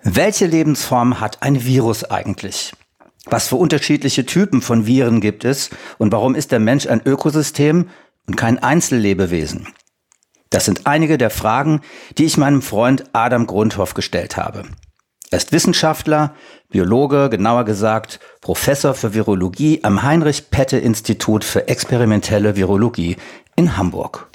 Welche Lebensform hat ein Virus eigentlich? Was für unterschiedliche Typen von Viren gibt es und warum ist der Mensch ein Ökosystem und kein Einzellebewesen? Das sind einige der Fragen, die ich meinem Freund Adam Grundhoff gestellt habe. Er ist Wissenschaftler, Biologe, genauer gesagt Professor für Virologie am Heinrich-Pette-Institut für experimentelle Virologie in Hamburg.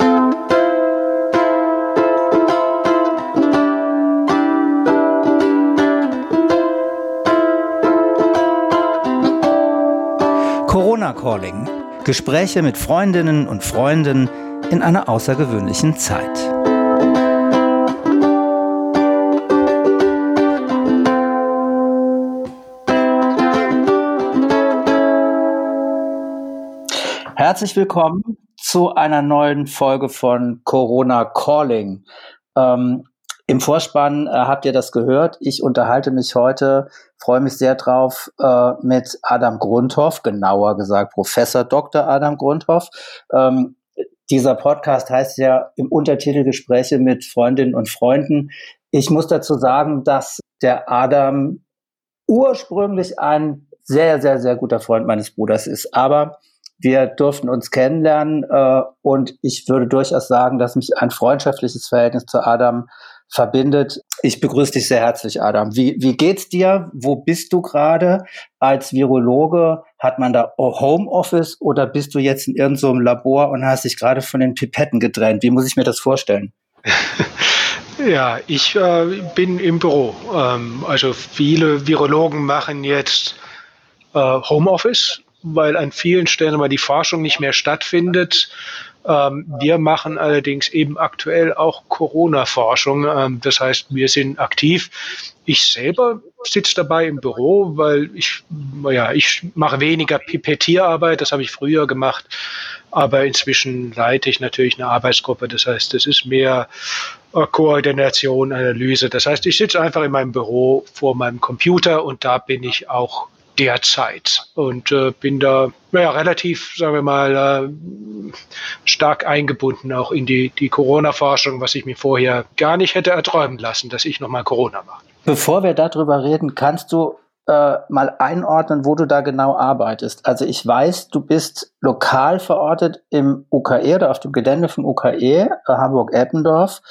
Corona Calling. Gespräche mit Freundinnen und Freunden in einer außergewöhnlichen Zeit. Herzlich willkommen zu einer neuen Folge von Corona Calling. Im Vorspann habt ihr das gehört. Ich unterhalte mich heute, freue mich sehr drauf, mit Adam Grundhoff, genauer gesagt Professor Dr. Adam Grundhoff. Dieser Podcast heißt ja im Untertitel Gespräche mit Freundinnen und Freunden. Ich muss dazu sagen, dass der Adam ursprünglich ein sehr, sehr, sehr guter Freund meines Bruders ist. Aber wir durften uns kennenlernen und ich würde durchaus sagen, dass mich ein freundschaftliches Verhältnis zu Adam verbindet. Ich begrüße dich sehr herzlich, Adam. Wie geht's dir? Wo bist du gerade als Virologe? Hat man da Homeoffice oder bist du jetzt in irgendeinem Labor und hast dich gerade von den Pipetten getrennt? Wie muss ich mir das vorstellen? Ja, ich bin im Büro. Also viele Virologen machen jetzt Homeoffice, weil an vielen Stellen mal die Forschung nicht mehr stattfindet. Wir machen allerdings eben aktuell auch Corona-Forschung. Das heißt, wir sind aktiv. Ich selber sitze dabei im Büro, weil ich mache weniger Pipettierarbeit. Das habe ich früher gemacht. Aber inzwischen leite ich natürlich eine Arbeitsgruppe. Das heißt, es ist mehr Koordination, Analyse. Das heißt, ich sitze einfach in meinem Büro vor meinem Computer und da bin ich auch derzeit und bin da relativ, sagen wir mal, stark eingebunden auch in die Corona-Forschung, was ich mir vorher gar nicht hätte erträumen lassen, dass ich nochmal Corona mache. Bevor wir darüber reden, kannst du mal einordnen, wo du da genau arbeitest? Also ich weiß, du bist lokal verortet im UKE oder auf dem Gelände vom UKE, Hamburg-Eppendorf,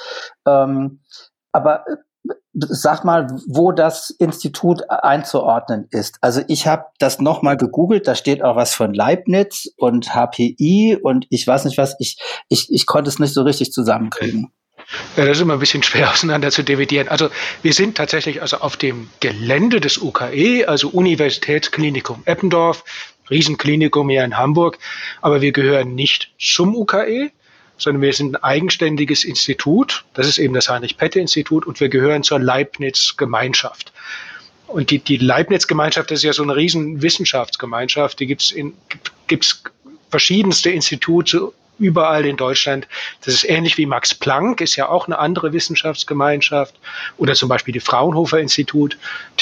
aber sag mal, wo das Institut einzuordnen ist. Also ich habe das nochmal gegoogelt, da steht auch was von Leibniz und HPI und ich weiß nicht was, ich konnte es nicht so richtig zusammenkriegen. Ja, das ist immer ein bisschen schwer auseinander zu dividieren. Also wir sind tatsächlich auf dem Gelände des UKE, also Universitätsklinikum Eppendorf, Riesenklinikum hier in Hamburg, aber wir gehören nicht zum UKE, sondern wir sind ein eigenständiges Institut. Das ist eben das Heinrich-Pette-Institut und wir gehören zur Leibniz-Gemeinschaft. Und die Leibniz-Gemeinschaft ist ja so eine riesen Wissenschaftsgemeinschaft. Die gibt's verschiedenste Institute überall in Deutschland. Das ist ähnlich wie Max Planck, ist ja auch eine andere Wissenschaftsgemeinschaft. Oder zum Beispiel die Fraunhofer-Institute,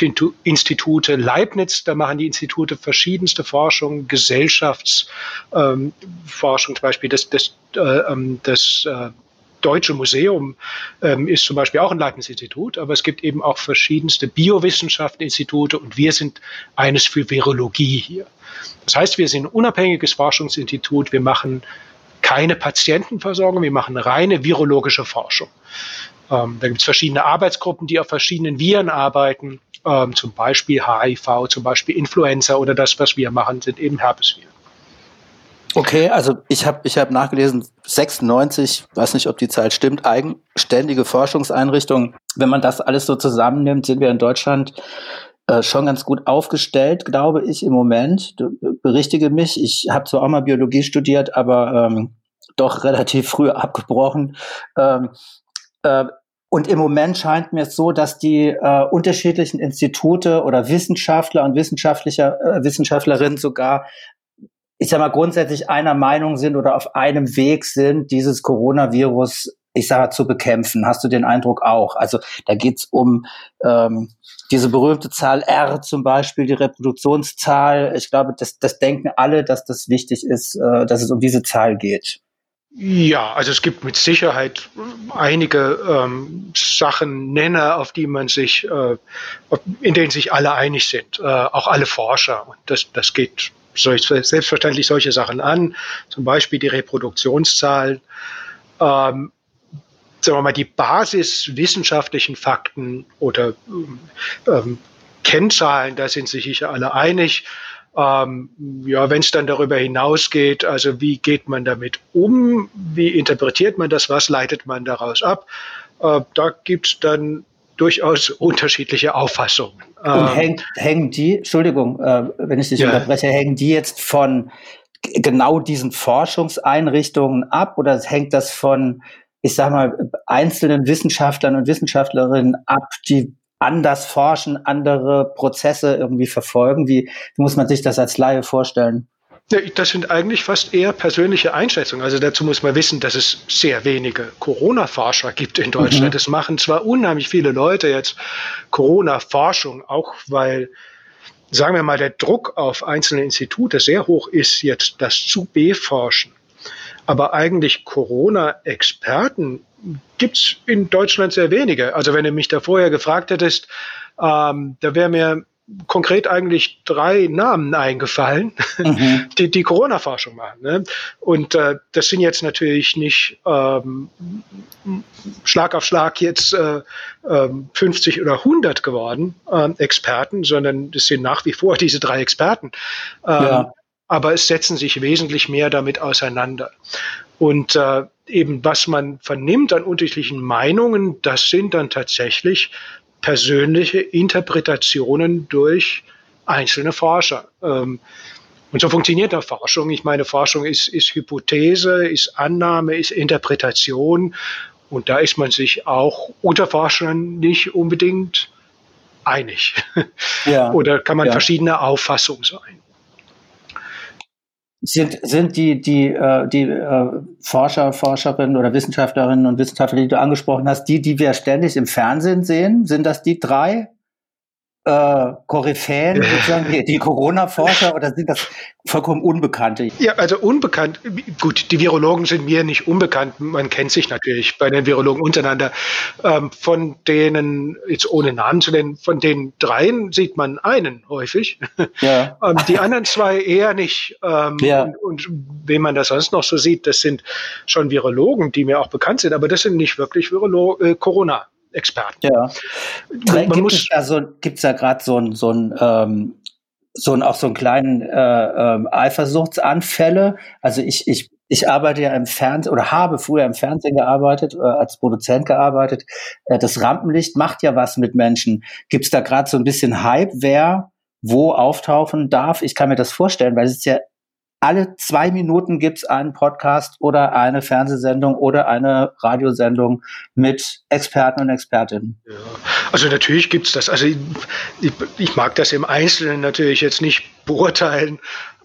Leibniz, da machen die Institute verschiedenste Forschung, Gesellschaftsforschung, zum Beispiel das Deutsche Museum ist zum Beispiel auch ein Leibniz-Institut, aber es gibt eben auch verschiedenste Biowissenschaften-Institute und wir sind eines für Virologie hier. Das heißt, wir sind ein unabhängiges Forschungsinstitut, wir machen keine Patientenversorgung, wir machen reine virologische Forschung. Da gibt es verschiedene Arbeitsgruppen, die auf verschiedenen Viren arbeiten, zum Beispiel HIV, zum Beispiel Influenza oder das, was wir machen, sind eben Herpesviren. Okay, also ich hab nachgelesen, 96, weiß nicht, ob die Zahl stimmt, eigenständige Forschungseinrichtungen. Wenn man das alles so zusammennimmt, sind wir in Deutschland schon ganz gut aufgestellt, glaube ich, im Moment. Berichtige mich, ich habe zwar auch mal Biologie studiert, aber doch relativ früh abgebrochen. Und im Moment scheint mir es so, dass die unterschiedlichen Institute oder Wissenschaftler und Wissenschaftlerinnen sogar, ich sag mal, grundsätzlich einer Meinung sind oder auf einem Weg sind, dieses Coronavirus, ich sage mal, zu bekämpfen. Hast du den Eindruck auch? Also da geht's um diese berühmte Zahl R zum Beispiel, die Reproduktionszahl. Ich glaube, das denken alle, dass das wichtig ist, dass es um diese Zahl geht. Ja, also es gibt mit Sicherheit einige Nenner, auf die man sich, in denen sich alle einig sind, auch alle Forscher. Und das geht selbstverständlich solche Sachen an, zum Beispiel die Reproduktionszahlen. Sagen wir mal, die basiswissenschaftlichen Fakten oder Kennzahlen, da sind sich sicher alle einig. Ja, wenn es dann darüber hinausgeht, also wie geht man damit um, wie interpretiert man das, was leitet man daraus ab, da gibt es dann durchaus unterschiedliche Auffassungen. Und hängen die, Entschuldigung, wenn ich dich unterbreche, hängen die jetzt von genau diesen Forschungseinrichtungen ab oder hängt das von, ich sag mal, einzelnen Wissenschaftlern und Wissenschaftlerinnen ab, die anders forschen, andere Prozesse irgendwie verfolgen? Wie muss man sich das als Laie vorstellen? Ja, das sind eigentlich fast eher persönliche Einschätzungen. Also dazu muss man wissen, dass es sehr wenige Corona-Forscher gibt in Deutschland. Es machen zwar unheimlich viele Leute jetzt Corona-Forschung, auch weil, sagen wir mal, der Druck auf einzelne Institute sehr hoch ist, jetzt das zu beforschen. Aber eigentlich Corona-Experten gibt's in Deutschland sehr wenige. Also wenn du mich da vorher gefragt hättest, da wäre mir konkret eigentlich 3 Namen eingefallen, die Corona-Forschung machen. Ne? Und das sind jetzt natürlich nicht Schlag auf Schlag jetzt 50 oder 100 geworden Experten, sondern es sind nach wie vor diese 3 Experten. Aber es setzen sich wesentlich mehr damit auseinander. Und eben was man vernimmt an unterschiedlichen Meinungen, das sind dann tatsächlich persönliche Interpretationen durch einzelne Forscher. Und so funktioniert auch Forschung. Ich meine, Forschung ist Hypothese, ist Annahme, ist Interpretation. Und da ist man sich auch unter Forschern nicht unbedingt einig. Oder kann man verschiedener Auffassung sein. Sind die Forscher, Forscherinnen oder Wissenschaftlerinnen und Wissenschaftler, die du angesprochen hast, die wir ständig im Fernsehen sehen, sind das die 3 Koryphäen, sozusagen, die Corona-Forscher, oder sind das vollkommen Unbekannte? Ja, also unbekannt. Gut, die Virologen sind mir nicht unbekannt. Man kennt sich natürlich bei den Virologen untereinander. Von denen, jetzt ohne Namen zu nennen, von den 3 sieht man einen häufig. Ja. Die anderen 2 eher nicht. Und wen man das sonst noch so sieht, das sind schon Virologen, die mir auch bekannt sind, aber das sind nicht wirklich Corona-Experten. Ja. Gibt's da gerade so einen kleinen Eifersuchtsanfälle? Also ich arbeite ja im Fernsehen oder habe früher im Fernsehen gearbeitet, als Produzent gearbeitet. Das Rampenlicht macht ja was mit Menschen. Gibt's da gerade so ein bisschen Hype, wer wo auftauchen darf? Ich kann mir das vorstellen, weil es ist ja alle 2 Minuten gibt's einen Podcast oder eine Fernsehsendung oder eine Radiosendung mit Experten und Expertinnen. Ja, also natürlich gibt's das. Also ich mag das im Einzelnen natürlich jetzt nicht beurteilen,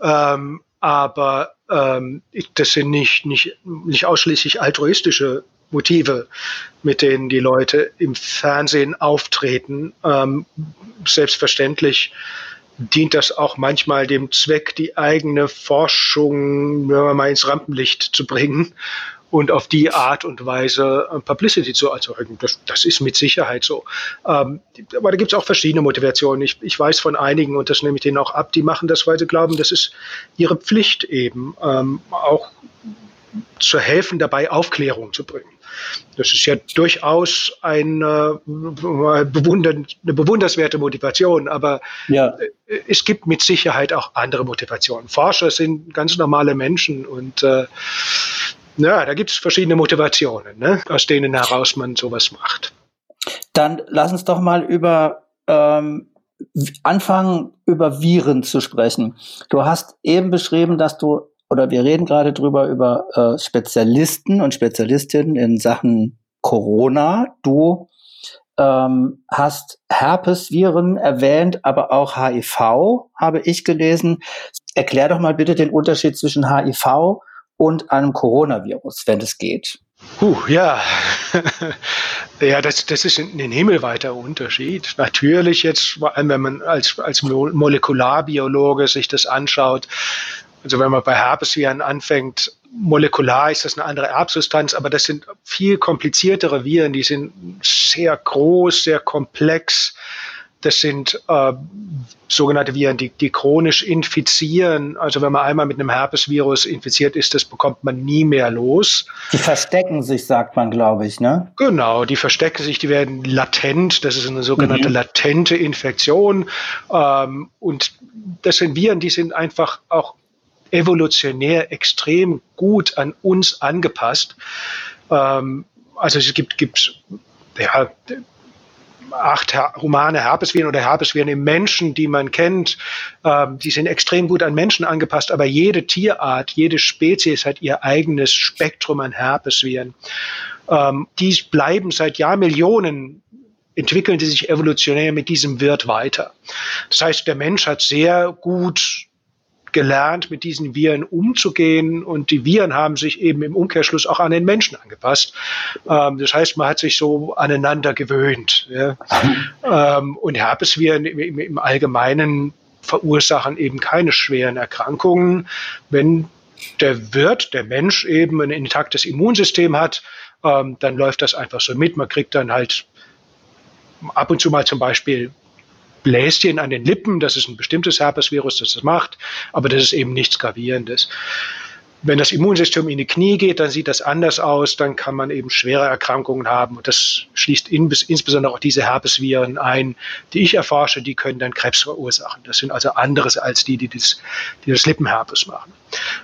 aber das sind nicht ausschließlich altruistische Motive, mit denen die Leute im Fernsehen auftreten. Selbstverständlich dient das auch manchmal dem Zweck, die eigene Forschung mal ins Rampenlicht zu bringen und auf die Art und Weise Publicity zu erzeugen. Das ist mit Sicherheit so. Aber da gibt es auch verschiedene Motivationen. Ich weiß von einigen, und das nehme ich denen auch ab, die machen das, weil sie glauben, das ist ihre Pflicht eben, auch zu helfen, dabei Aufklärung zu bringen. Das ist ja durchaus eine bewundernswerte Motivation, aber es gibt mit Sicherheit auch andere Motivationen. Forscher sind ganz normale Menschen und da gibt es verschiedene Motivationen, ne, aus denen heraus man sowas macht. Dann lass uns doch mal anfangen, über Viren zu sprechen. Du hast eben beschrieben, wir reden gerade über Spezialisten und Spezialistinnen in Sachen Corona. Du hast Herpesviren erwähnt, aber auch HIV habe ich gelesen. Erklär doch mal bitte den Unterschied zwischen HIV und einem Coronavirus, wenn es geht. Ja, das ist ein himmelweiter Unterschied. Natürlich jetzt, vor allem wenn man als Molekularbiologe sich das anschaut. Also wenn man bei Herpesviren anfängt, molekular ist das eine andere Erbsubstanz, aber das sind viel kompliziertere Viren, die sind sehr groß, sehr komplex. Das sind sogenannte Viren, die chronisch infizieren. Also wenn man einmal mit einem Herpesvirus infiziert ist, das bekommt man nie mehr los. Die verstecken sich, sagt man, glaube ich, ne? Genau, die verstecken sich, die werden latent. Das ist eine sogenannte latente Infektion. Und das sind Viren, die sind einfach auch evolutionär extrem gut an uns angepasst. Also es gibt ja 8 humane Herpesviren oder Herpesviren im Menschen, die man kennt. Die sind extrem gut an Menschen angepasst, aber jede Tierart, jede Spezies hat ihr eigenes Spektrum an Herpesviren. Die bleiben seit Jahrmillionen, entwickeln die sich evolutionär mit diesem Wirt weiter. Das heißt, der Mensch hat sehr gut gelernt, mit diesen Viren umzugehen, und die Viren haben sich eben im Umkehrschluss auch an den Menschen angepasst. Das heißt, man hat sich so aneinander gewöhnt. Ja. Und Herpesviren im Allgemeinen verursachen eben keine schweren Erkrankungen. Wenn der Wirt, der Mensch, eben ein intaktes Immunsystem hat, dann läuft das einfach so mit. Man kriegt dann halt ab und zu mal zum Beispiel Bläschen an den Lippen, das ist ein bestimmtes Herpesvirus, das das macht, aber das ist eben nichts Gravierendes. Wenn das Immunsystem in die Knie geht, dann sieht das anders aus, dann kann man eben schwere Erkrankungen haben, und das schließt insbesondere auch diese Herpesviren ein, die ich erforsche, die können dann Krebs verursachen. Das sind also anderes als die das Lippenherpes machen.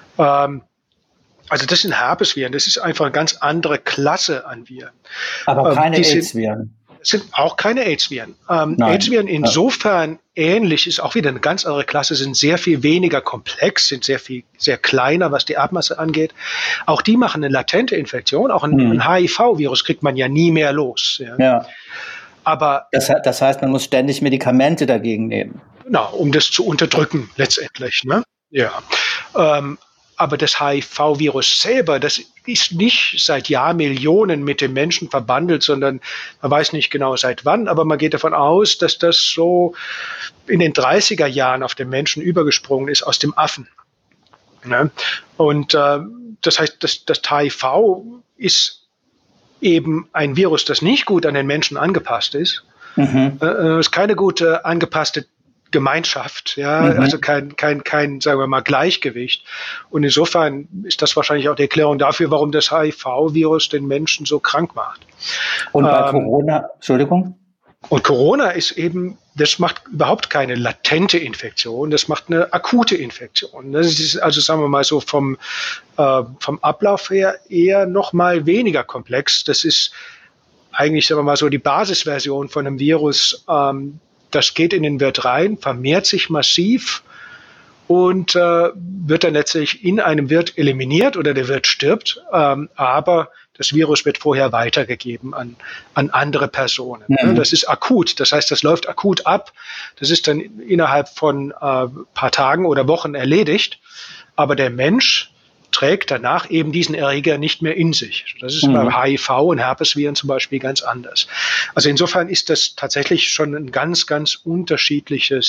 Also das sind Herpesviren, das ist einfach eine ganz andere Klasse an Viren. Aber keine AIDS-Viren. Es sind auch keine AIDS-Viren. AIDS-Viren insofern ähnlich, ist auch wieder eine ganz andere Klasse, sind sehr viel weniger komplex, sind sehr kleiner, was die Erbmasse angeht. Auch die machen eine latente Infektion. Auch ein HIV-Virus kriegt man ja nie mehr los. Ja. Aber das heißt, man muss ständig Medikamente dagegen nehmen. Genau, um das zu unterdrücken letztendlich. Ne? Ja. Aber das HIV-Virus selber, das ist nicht seit Jahrmillionen mit dem Menschen verbandelt, sondern man weiß nicht genau seit wann, aber man geht davon aus, dass das so in den 30er Jahren auf den Menschen übergesprungen ist aus dem Affen. Ne? Und das heißt, das HIV ist eben ein Virus, das nicht gut an den Menschen angepasst ist. Ist keine gute angepasste Gemeinschaft, ja, also kein, sagen wir mal, Gleichgewicht. Und insofern ist das wahrscheinlich auch die Erklärung dafür, warum das HIV-Virus den Menschen so krank macht. Und bei Corona, Entschuldigung? Und Corona ist eben, das macht überhaupt keine latente Infektion, das macht eine akute Infektion. Das ist also, sagen wir mal so, vom Ablauf her eher noch mal weniger komplex. Das ist eigentlich, sagen wir mal so, die Basisversion von einem Virus. Das geht in den Wirt rein, vermehrt sich massiv und wird dann letztlich in einem Wirt eliminiert oder der Wirt stirbt, aber das Virus wird vorher weitergegeben an andere Personen. Das ist akut, das heißt, das läuft akut ab. Das ist dann innerhalb von paar Tagen oder Wochen erledigt, aber der Mensch trägt danach eben diesen Erreger nicht mehr in sich. Das ist bei HIV und Herpesviren zum Beispiel ganz anders. Also insofern ist das tatsächlich schon ein ganz, ganz unterschiedlicher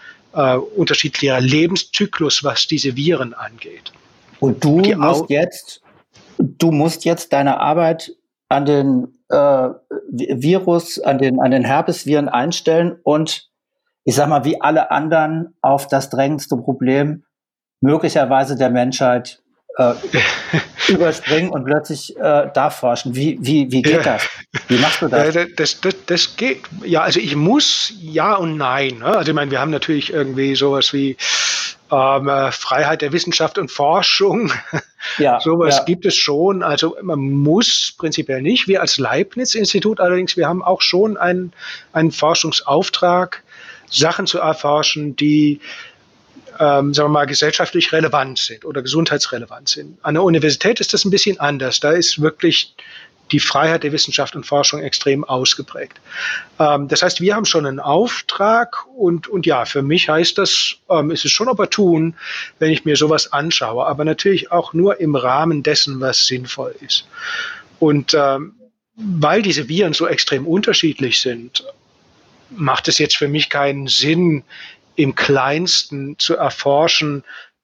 Lebenszyklus, was diese Viren angeht. Und du musst jetzt deine Arbeit an den Virus, an den Herpesviren einstellen und, ich sag mal, wie alle anderen auf das drängendste Problem möglicherweise der Menschheit überspringen und plötzlich da forschen. Wie geht das? Wie machst du das? Das geht. Ja, also ich muss ja und nein. Ne? Also ich meine, wir haben natürlich irgendwie sowas wie Freiheit der Wissenschaft und Forschung. Ja, sowas gibt es schon. Also man muss prinzipiell nicht. Wir als Leibniz-Institut allerdings, wir haben auch schon einen Forschungsauftrag, Sachen zu erforschen, die sagen wir mal, gesellschaftlich relevant sind oder gesundheitsrelevant sind. An der Universität ist das ein bisschen anders. Da ist wirklich die Freiheit der Wissenschaft und Forschung extrem ausgeprägt. Das heißt, wir haben schon einen Auftrag und ja, für mich heißt das, ist es schon opportun, wenn ich mir sowas anschaue, aber natürlich auch nur im Rahmen dessen, was sinnvoll ist. Und weil diese Viren so extrem unterschiedlich sind, macht es jetzt für mich keinen Sinn, im Kleinsten zu erforschen,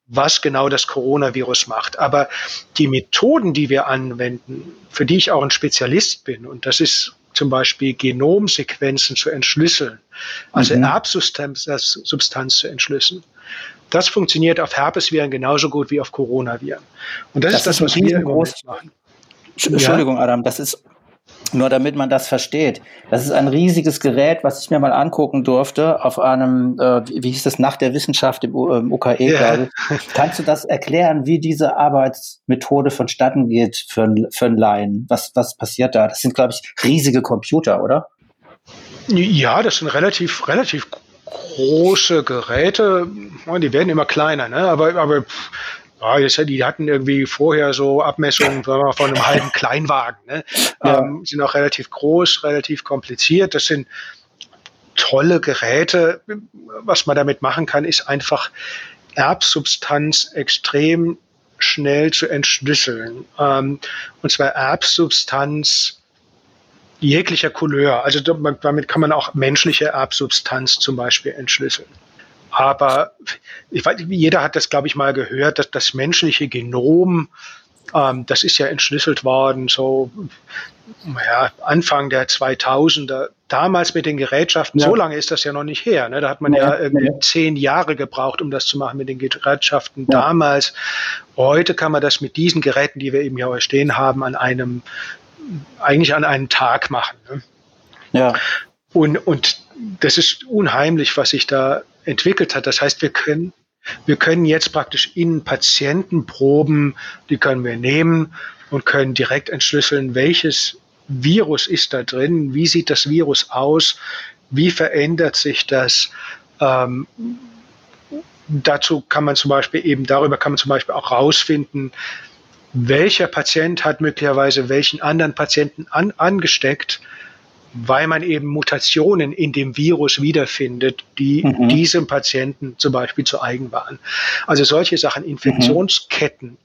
was genau das Coronavirus macht. Aber die Methoden, die wir anwenden, für die ich auch ein Spezialist bin, und das ist zum Beispiel Genomsequenzen zu entschlüsseln, also Erbsubstanz zu entschlüsseln, das funktioniert auf Herpesviren genauso gut wie auf Coronaviren. Und das ist das, was wir im Moment machen. Entschuldigung, Adam, das ist nur, damit man das versteht. Das ist ein riesiges Gerät, was ich mir mal angucken durfte auf einem, wie hieß das, Nacht der Wissenschaft im UKE, glaube ich. Kannst du das erklären, wie diese Arbeitsmethode vonstatten geht für einen Laien? Was passiert da? Das sind, glaube ich, riesige Computer, oder? Ja, das sind relativ große Geräte. Die werden immer kleiner, ne? Aber ja, die hatten irgendwie vorher so Abmessungen von einem halben Kleinwagen. Ne? Ja. Sind auch relativ groß, relativ kompliziert. Das sind tolle Geräte. Was man damit machen kann, ist einfach Erbsubstanz extrem schnell zu entschlüsseln. Und zwar Erbsubstanz jeglicher Couleur. Also damit kann man auch menschliche Erbsubstanz zum Beispiel entschlüsseln. Aber ich weiß, jeder hat das, glaube ich, mal gehört, dass das menschliche Genom, das ist ja entschlüsselt worden, so Anfang der 2000er, damals mit den Gerätschaften, so lange ist das ja noch nicht her. Ne? Da hat man ja irgendwie 10 Jahre gebraucht, um das zu machen mit den Gerätschaften damals. Heute kann man das mit diesen Geräten, die wir eben hier stehen haben, eigentlich an einem Tag machen. Ne? Ja. Und das ist unheimlich, was sich da entwickelt hat. Das heißt, wir können jetzt praktisch in Patientenproben, die können wir nehmen und können direkt entschlüsseln, welches Virus ist da drin, wie sieht das Virus aus, wie verändert sich das. Darüber kann man zum Beispiel auch rausfinden, welcher Patient hat möglicherweise welchen anderen Patienten angesteckt, weil man eben Mutationen in dem Virus wiederfindet, die diesem Patienten zum Beispiel zu eigen waren. Also solche Sachen, Infektionsketten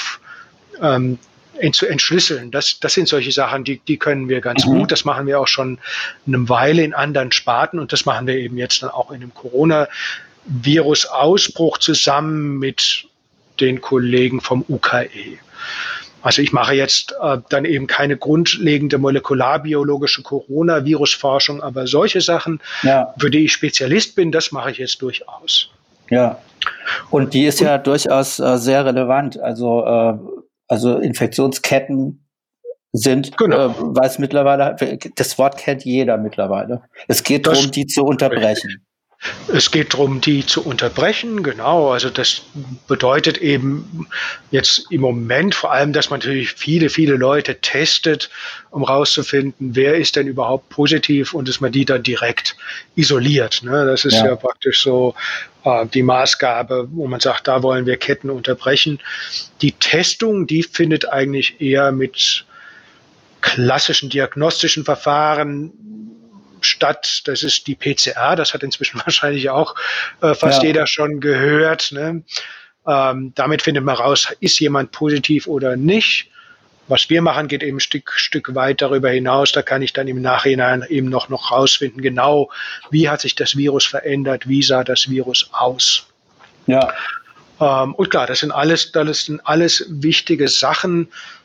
zu entschlüsseln, das sind solche Sachen, die können wir ganz gut. Das machen wir auch schon eine Weile in anderen Sparten und das machen wir eben jetzt dann auch in dem Coronavirus-Ausbruch zusammen mit den Kollegen vom UKE. Also ich mache jetzt dann eben keine grundlegende molekularbiologische Coronavirus-Forschung, aber solche Sachen, für die ich Spezialist bin, das mache ich jetzt durchaus. Ja, und die ist ja durchaus sehr relevant. Also Infektionsketten sind, weiß mittlerweile, das Wort kennt jeder mittlerweile. Es geht darum, die zu unterbrechen. Es geht darum, die zu unterbrechen, genau. Also das bedeutet eben jetzt im Moment vor allem, dass man natürlich viele Leute testet, um rauszufinden, wer ist denn überhaupt positiv und dass man die dann direkt isoliert. Ne? Das ist ja praktisch so die Maßgabe, wo man sagt, da wollen wir Ketten unterbrechen. Die Testung, die findet eigentlich eher mit klassischen diagnostischen Verfahren statt. Das ist die PCR, das hat inzwischen wahrscheinlich auch fast jeder schon gehört. Ne? Damit findet man raus, ist jemand positiv oder nicht. Was wir machen, geht eben ein Stück weit darüber hinaus. Da kann ich dann im Nachhinein eben noch rausfinden, genau, wie hat sich das Virus verändert, wie sah das Virus aus. Ja. Und klar, das sind alles wichtige Sachen.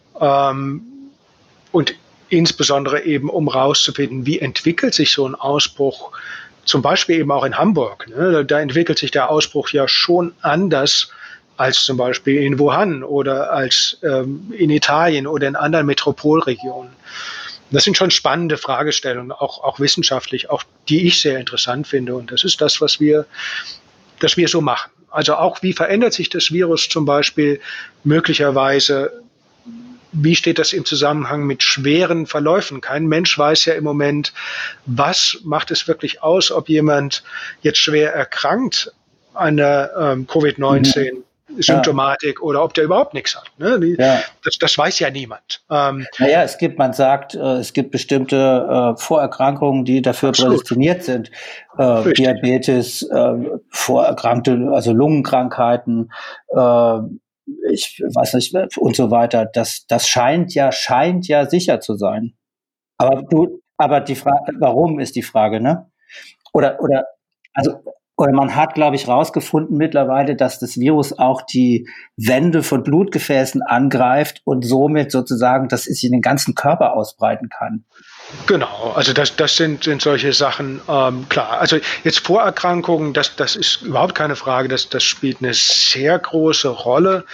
Und insbesondere eben, um rauszufinden, wie entwickelt sich so ein Ausbruch, zum Beispiel eben auch in Hamburg. Ne? Da entwickelt sich der Ausbruch ja schon anders als zum Beispiel in Wuhan oder als in Italien oder in anderen Metropolregionen. Das sind schon spannende Fragestellungen, auch wissenschaftlich, auch die ich sehr interessant finde. Und das ist das, was wir so machen. Also auch, wie verändert sich das Virus zum Beispiel möglicherweise. Wie steht das im Zusammenhang mit schweren Verläufen? Kein Mensch weiß ja im Moment, was macht es wirklich aus, ob jemand jetzt schwer erkrankt an der Covid-19-Symptomatik oder ob der überhaupt nichts hat. Ne? Das weiß ja niemand. Man sagt, es gibt bestimmte Vorerkrankungen, die dafür prädestiniert sind. Diabetes, Vorerkrankte, also Lungenkrankheiten, ich weiß nicht, und so weiter. Das scheint ja sicher zu sein. Aber die Frage, warum ist die Frage, ne? Also Oder man hat, glaube ich, rausgefunden mittlerweile, dass das Virus auch die Wände von Blutgefäßen angreift und somit sozusagen, dass es sich in den ganzen Körper ausbreiten kann. Genau, also das sind solche Sachen, klar. Also jetzt Vorerkrankungen, das ist überhaupt keine Frage, das spielt eine sehr große Rolle.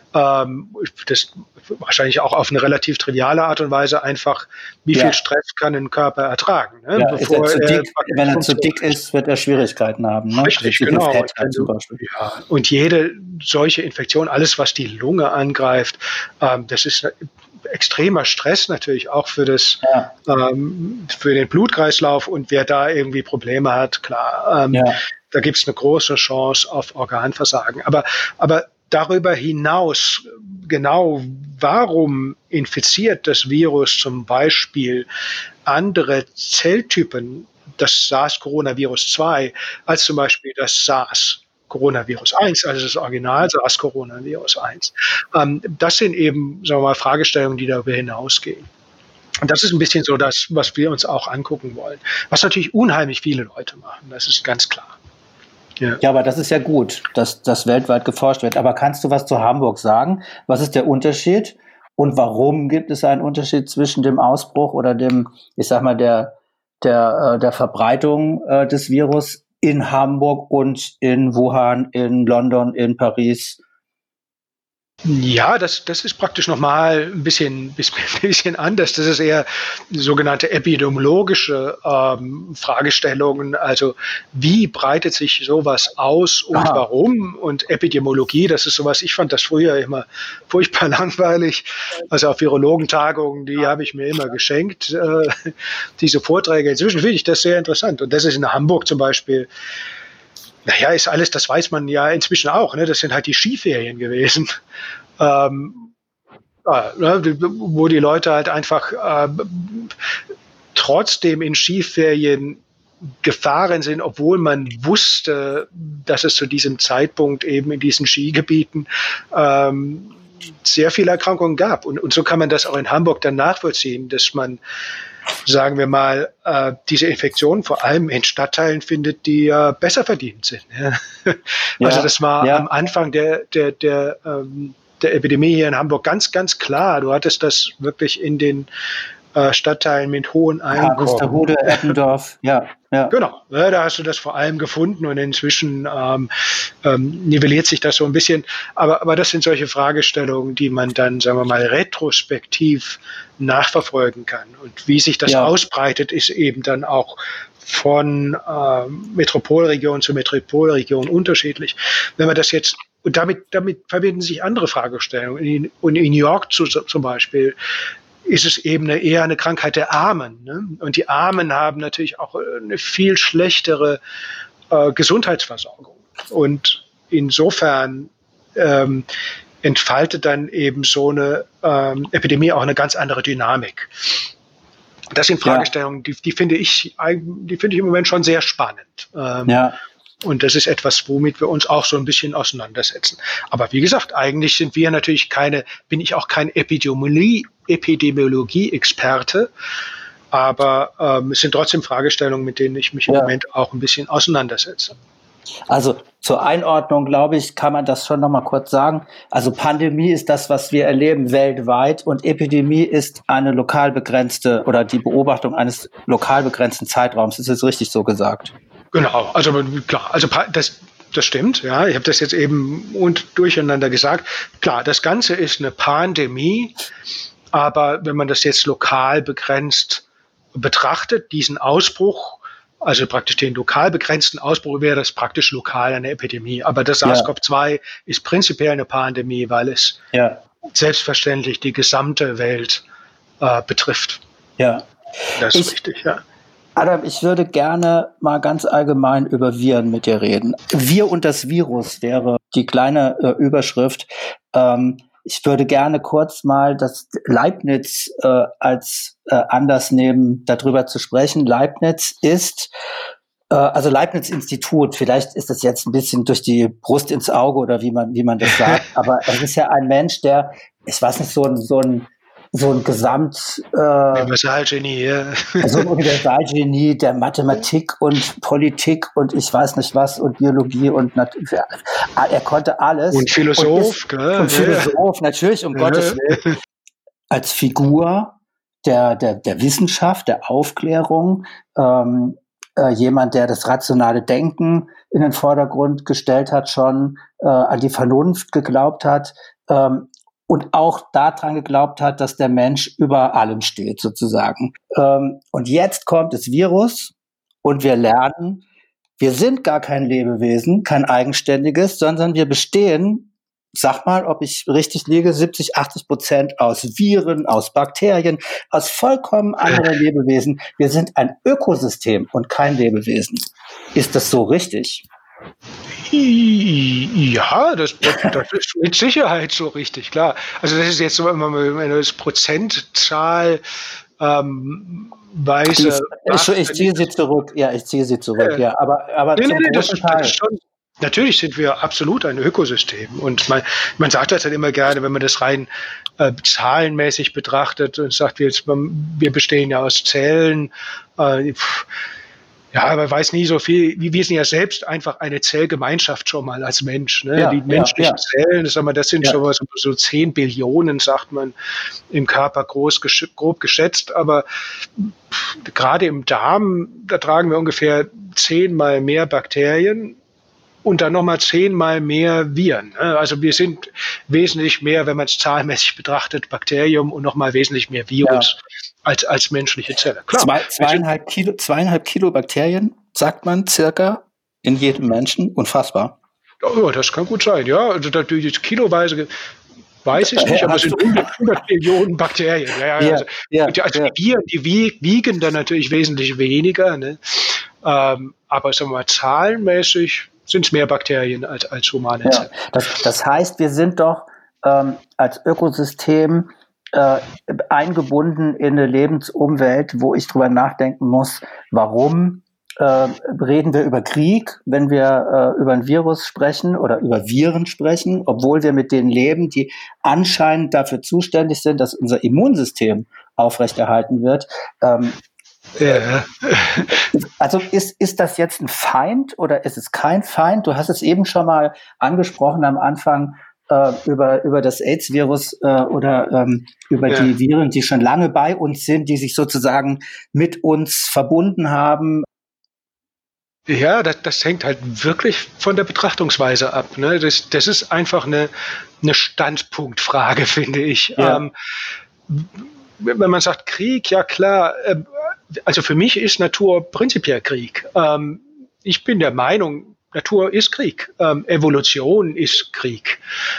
Das wahrscheinlich auch auf eine relativ triviale Art und Weise einfach, wie viel Stress kann ein Körper ertragen, ne? Ja, ist er zu dick, wenn er zu dick ist, wird er Schwierigkeiten haben, ne? Richtig, also genau. Fett hat zum Beispiel. Ja, und jede solche Infektion, alles, was die Lunge angreift, das ist extremer Stress natürlich auch für für den Blutkreislauf, und wer da irgendwie Probleme hat, klar, da gibt es eine große Chance auf Organversagen. Aber darüber hinaus, genau, warum infiziert das Virus zum Beispiel andere Zelltypen, das SARS-Coronavirus 2, als zum Beispiel das SARS-Coronavirus 1, also das Original SARS-Coronavirus 1. Das sind eben, sagen wir mal, Fragestellungen, die darüber hinausgehen. Und das ist ein bisschen so das, was wir uns auch angucken wollen. Was natürlich unheimlich viele Leute machen, das ist ganz klar. Ja, aber das ist ja gut, dass das weltweit geforscht wird. Aber kannst du was zu Hamburg sagen? Was ist der Unterschied? Und warum gibt es einen Unterschied zwischen dem Ausbruch oder dem, ich sag mal, der Verbreitung des Virus in Hamburg und in Wuhan, in London, in Paris? Ja, das ist praktisch nochmal ein bisschen anders. Das ist eher sogenannte epidemiologische Fragestellungen. Also wie breitet sich sowas aus und warum? Und Epidemiologie, das ist sowas, ich fand das früher immer furchtbar langweilig. Also auf Virologentagungen, die habe ich mir immer geschenkt, diese Vorträge. Inzwischen finde ich das sehr interessant. Und das ist in Hamburg zum Beispiel. Naja, ist alles, das weiß man ja inzwischen auch, ne? Das sind halt die Skiferien gewesen, wo die Leute halt einfach trotzdem in Skiferien gefahren sind, obwohl man wusste, dass es zu diesem Zeitpunkt eben in diesen Skigebieten sehr viele Erkrankungen gab. Und so kann man das auch in Hamburg dann nachvollziehen, dass man, sagen wir mal, diese Infektion vor allem in Stadtteilen findet, die besser verdient sind. Ja. Also das war am Anfang der Epidemie hier in Hamburg ganz, ganz klar. Du hattest das wirklich in den Stadtteilen mit hohen Einkommen. Westerhude, Eppendorf, ja. Genau, da hast du das vor allem gefunden, und inzwischen nivelliert sich das so ein bisschen. Aber das sind solche Fragestellungen, die man dann, sagen wir mal, retrospektiv nachverfolgen kann. Und wie sich das ausbreitet, ist eben dann auch von Metropolregion zu Metropolregion unterschiedlich. Wenn man das jetzt, und damit verbinden sich andere Fragestellungen. Und in New York zum Beispiel ist es eben eher eine Krankheit der Armen. Ne? Und die Armen haben natürlich auch eine viel schlechtere Gesundheitsversorgung. Und insofern entfaltet dann eben so eine Epidemie auch eine ganz andere Dynamik. Das sind Fragestellungen, die finde ich im Moment schon sehr spannend. Und das ist etwas, womit wir uns auch so ein bisschen auseinandersetzen. Aber wie gesagt, eigentlich sind wir natürlich bin ich auch kein Epidemiologie-Experte, aber es sind trotzdem Fragestellungen, mit denen ich mich im Moment auch ein bisschen auseinandersetze. Also zur Einordnung, glaube ich, kann man das schon noch mal kurz sagen. Also Pandemie ist das, was wir erleben weltweit, und Epidemie ist eine lokal begrenzte oder die Beobachtung eines lokal begrenzten Zeitraums. Ist das richtig so gesagt? Genau, also klar, also das stimmt, ja, ich habe das jetzt eben durcheinander gesagt. Klar, das Ganze ist eine Pandemie, aber wenn man das jetzt lokal begrenzt betrachtet, diesen Ausbruch, also praktisch den lokal begrenzten Ausbruch, wäre das praktisch lokal eine Epidemie. Aber das SARS-CoV-2 ist prinzipiell eine Pandemie, weil es selbstverständlich die gesamte Welt betrifft. Ja. Das ist richtig, ja. Adam, ich würde gerne mal ganz allgemein über Viren mit dir reden. Wir und das Virus wäre die kleine Überschrift. Ich würde gerne kurz mal das Leibniz als Anlass nehmen, darüber zu sprechen. Leibniz ist, also Leibniz-Institut, vielleicht ist das jetzt ein bisschen durch die Brust ins Auge oder wie man das sagt, aber es ist ja ein Mensch, der, ich weiß nicht, so ein so ein Gesamt Universalgenie, ja. so ein Universalgenie der Mathematik und Politik und ich weiß nicht was und Biologie und er konnte alles. Und Philosoph, und Philosoph, natürlich, um Gottes Willen, als Figur der Wissenschaft, der Aufklärung, jemand, der das rationale Denken in den Vordergrund gestellt hat, schon an die Vernunft geglaubt hat, und auch daran geglaubt hat, dass der Mensch über allem steht, sozusagen. Und jetzt kommt das Virus und wir lernen, wir sind gar kein Lebewesen, kein eigenständiges, sondern wir bestehen, sag mal, ob ich richtig liege, 70-80% aus Viren, aus Bakterien, aus vollkommen anderen Lebewesen. Wir sind ein Ökosystem und kein Lebewesen. Ist das so richtig? Ja, das ist mit Sicherheit so richtig, klar. Also das ist jetzt so, wenn man das Prozentzahl weise. Ich ziehe sie zurück. Ja, ich ziehe sie zurück. Ja, aber nee, zum großen Teil. Das ist schon, natürlich sind wir absolut ein Ökosystem. Und man sagt das halt immer gerne, wenn man das rein zahlenmäßig betrachtet und sagt, wir bestehen ja aus Zellen. Ja, aber weiß nie so viel. Wir sind ja selbst einfach eine Zellgemeinschaft schon mal als Mensch. Ne? Die menschlichen Zellen, das sind schon mal so 10 Billionen, sagt man, im Körper grob geschätzt. Aber gerade im Darm, da tragen wir ungefähr 10-mal mehr Bakterien und dann nochmal 10-mal mehr Viren. Ne? Also wir sind wesentlich mehr, wenn man es zahlenmäßig betrachtet, Bakterium und nochmal wesentlich mehr Virus. Ja. Als menschliche Zelle. Klar. 2,5 Kilo Bakterien, sagt man circa, in jedem Menschen. Unfassbar. Oh, das kann gut sein, ja. Also natürlich kiloweise weiß ich nicht, aber es sind 100 Billionen Bakterien. Also die wiegen dann natürlich wesentlich weniger. Ne? Aber sagen wir mal, zahlenmäßig sind es mehr Bakterien als humane Zellen. Das heißt, wir sind doch als Ökosystem eingebunden in eine Lebensumwelt, wo ich drüber nachdenken muss, warum reden wir über Krieg, wenn wir über ein Virus sprechen oder über Viren sprechen, obwohl wir mit denen leben, die anscheinend dafür zuständig sind, dass unser Immunsystem aufrechterhalten wird. Also ist das jetzt ein Feind oder ist es kein Feind? Du hast es eben schon mal angesprochen am Anfang, über das AIDS-Virus oder über die Viren, die schon lange bei uns sind, die sich sozusagen mit uns verbunden haben. Ja, das hängt halt wirklich von der Betrachtungsweise ab. Ne? Das ist einfach eine Standpunktfrage, finde ich. Ja. Wenn man sagt Krieg, ja klar, also für mich ist Natur prinzipiell Krieg. Ich bin der Meinung, Natur ist Krieg. Evolution ist Krieg.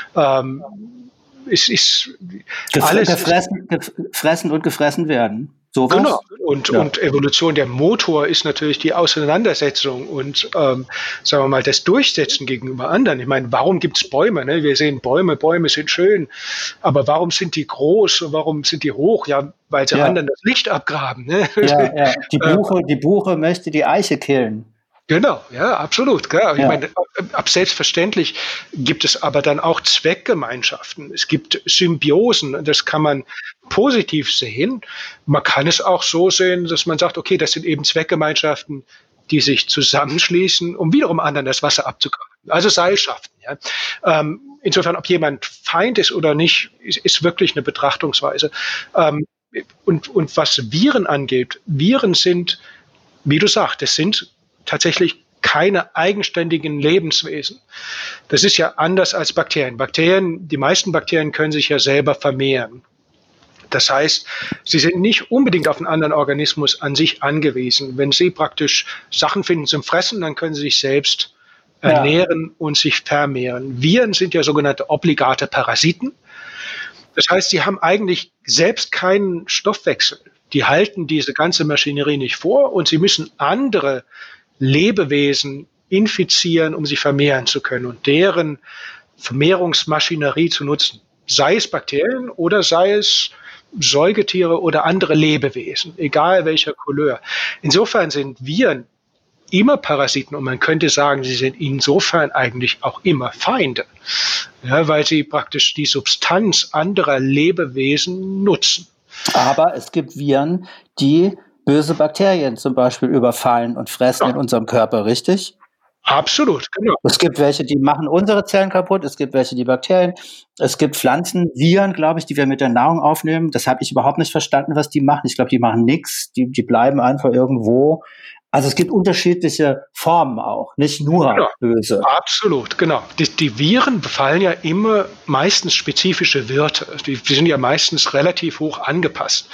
Es ist alles gefressen und gefressen werden. Sowas? Genau. Und Evolution, der Motor ist natürlich die Auseinandersetzung und sagen wir mal das Durchsetzen gegenüber anderen. Ich meine, warum gibt's Bäume? Ne? Wir sehen Bäume sind schön, aber warum sind die groß und warum sind die hoch? Ja, weil sie anderen das Licht abgraben. Ne? Ja. Die Buche möchte die Eiche killen. Genau, ja, absolut. Klar. Ich meine, selbstverständlich gibt es aber dann auch Zweckgemeinschaften. Es gibt Symbiosen, das kann man positiv sehen. Man kann es auch so sehen, dass man sagt, okay, das sind eben Zweckgemeinschaften, die sich zusammenschließen, um wiederum anderen das Wasser abzugraben. Also Seilschaften. Ja. Insofern, ob jemand Feind ist oder nicht, ist wirklich eine Betrachtungsweise. Und was Viren angeht, Viren sind, wie du sagst, es sind tatsächlich keine eigenständigen Lebenswesen. Das ist ja anders als Bakterien. Die meisten Bakterien können sich ja selber vermehren. Das heißt, sie sind nicht unbedingt auf einen anderen Organismus an sich angewiesen. Wenn sie praktisch Sachen finden zum Fressen, dann können sie sich selbst ernähren und sich vermehren. Viren sind ja sogenannte obligate Parasiten. Das heißt, sie haben eigentlich selbst keinen Stoffwechsel. Die halten diese ganze Maschinerie nicht vor und sie müssen andere Lebewesen infizieren, um sie vermehren zu können und deren Vermehrungsmaschinerie zu nutzen. Sei es Bakterien oder sei es Säugetiere oder andere Lebewesen, egal welcher Couleur. Insofern sind Viren immer Parasiten und man könnte sagen, sie sind insofern eigentlich auch immer Feinde, ja, weil sie praktisch die Substanz anderer Lebewesen nutzen. Aber es gibt Viren, die böse Bakterien zum Beispiel überfallen und fressen in unserem Körper, richtig? Absolut, genau. Es gibt welche, die machen unsere Zellen kaputt, es gibt welche, die Bakterien, es gibt Pflanzenviren, glaube ich, die wir mit der Nahrung aufnehmen. Das habe ich überhaupt nicht verstanden, was die machen. Ich glaube, die machen nichts, die bleiben einfach irgendwo. Also es gibt unterschiedliche Formen auch, nicht nur Genau. böse. Absolut, genau. Die Viren befallen ja immer meistens spezifische Wirte. Die sind ja meistens relativ hoch angepasst.